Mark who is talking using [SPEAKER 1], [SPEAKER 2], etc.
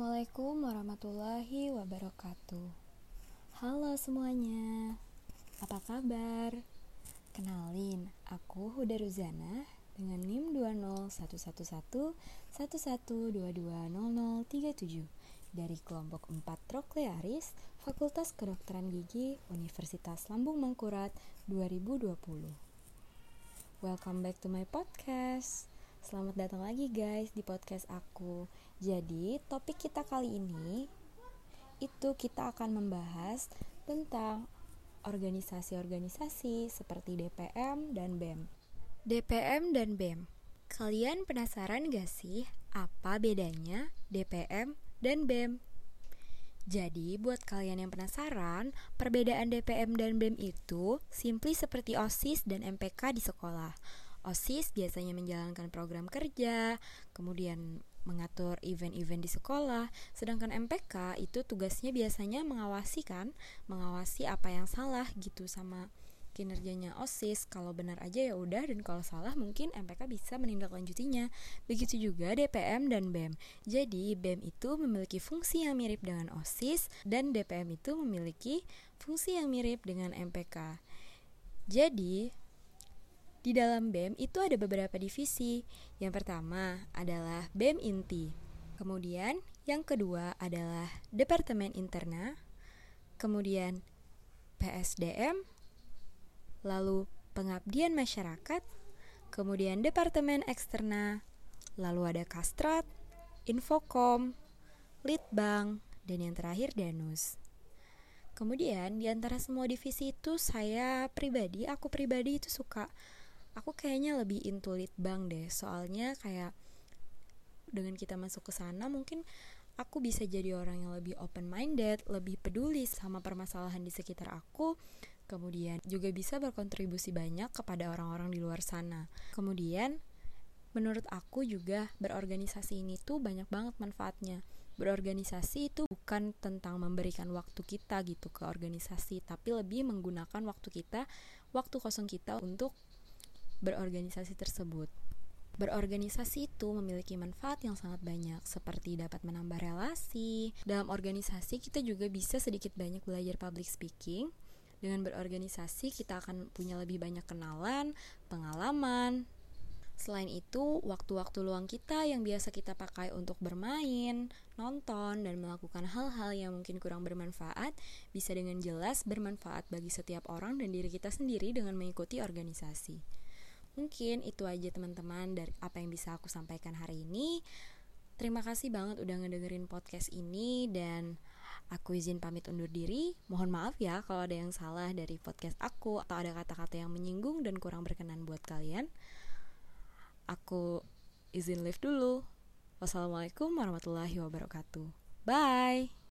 [SPEAKER 1] Assalamualaikum warahmatullahi wabarakatuh. Halo semuanya, apa kabar? Kenalin, aku Huda Ruzana dengan NIM 2011111220037 dari kelompok 4 Troklearis, Fakultas Kedokteran Gigi, Universitas Lambung Mangkurat 2020. Welcome back to my podcast. Selamat datang lagi guys di podcast aku. Jadi topik kita kali ini itu kita akan membahas tentang organisasi-organisasi seperti DPM dan BEM. DPM dan BEM. Kalian penasaran gak sih apa bedanya DPM dan BEM? Jadi buat kalian yang penasaran, perbedaan DPM dan BEM itu simply seperti OSIS dan MPK di sekolah. OSIS biasanya menjalankan program kerja, kemudian mengatur event-event di sekolah, sedangkan MPK itu tugasnya biasanya mengawasi apa yang salah gitu sama kinerjanya OSIS. Kalau benar aja ya udah, dan kalau salah mungkin MPK bisa menindaklanjutinya. Begitu juga DPM dan BEM. Jadi BEM itu memiliki fungsi yang mirip dengan OSIS dan DPM itu memiliki fungsi yang mirip dengan MPK. Jadi di dalam BEM itu ada beberapa divisi. Yang pertama adalah BEM Inti. Kemudian yang kedua adalah Departemen Interna. Kemudian PSDM. Lalu Pengabdian Masyarakat. Kemudian Departemen Eksterna. Lalu ada Kastrat, Infokom, Litbang, dan yang terakhir Danus. Kemudian di antara semua divisi itu aku pribadi itu aku kayaknya lebih into Litbang deh. Soalnya kayak dengan kita masuk ke sana mungkin aku bisa jadi orang yang lebih open minded, lebih peduli sama permasalahan di sekitar aku. Kemudian juga bisa berkontribusi banyak kepada orang-orang di luar sana. Kemudian menurut aku juga berorganisasi ini tuh banyak banget manfaatnya. Berorganisasi itu bukan tentang memberikan waktu kita gitu ke organisasi, tapi lebih menggunakan waktu kosong kita untuk berorganisasi tersebut. Berorganisasi itu memiliki manfaat yang sangat banyak, seperti dapat menambah relasi. Dalam organisasi kita juga bisa sedikit banyak belajar public speaking. Dengan berorganisasi kita akan punya lebih banyak kenalan, pengalaman. Selain itu, waktu-waktu luang kita yang biasa kita pakai untuk bermain, nonton, dan melakukan hal-hal yang mungkin kurang bermanfaat, bisa dengan jelas bermanfaat bagi setiap orang dan diri kita sendiri dengan mengikuti organisasi. Mungkin itu aja teman-teman dari apa yang bisa aku sampaikan hari ini. Terima kasih banget udah ngedengerin podcast ini, dan aku izin pamit undur diri. Mohon maaf ya kalau ada yang salah dari podcast aku atau ada kata-kata yang menyinggung dan kurang berkenan buat kalian. Aku izin live dulu. Wassalamualaikum warahmatullahi wabarakatuh. Bye.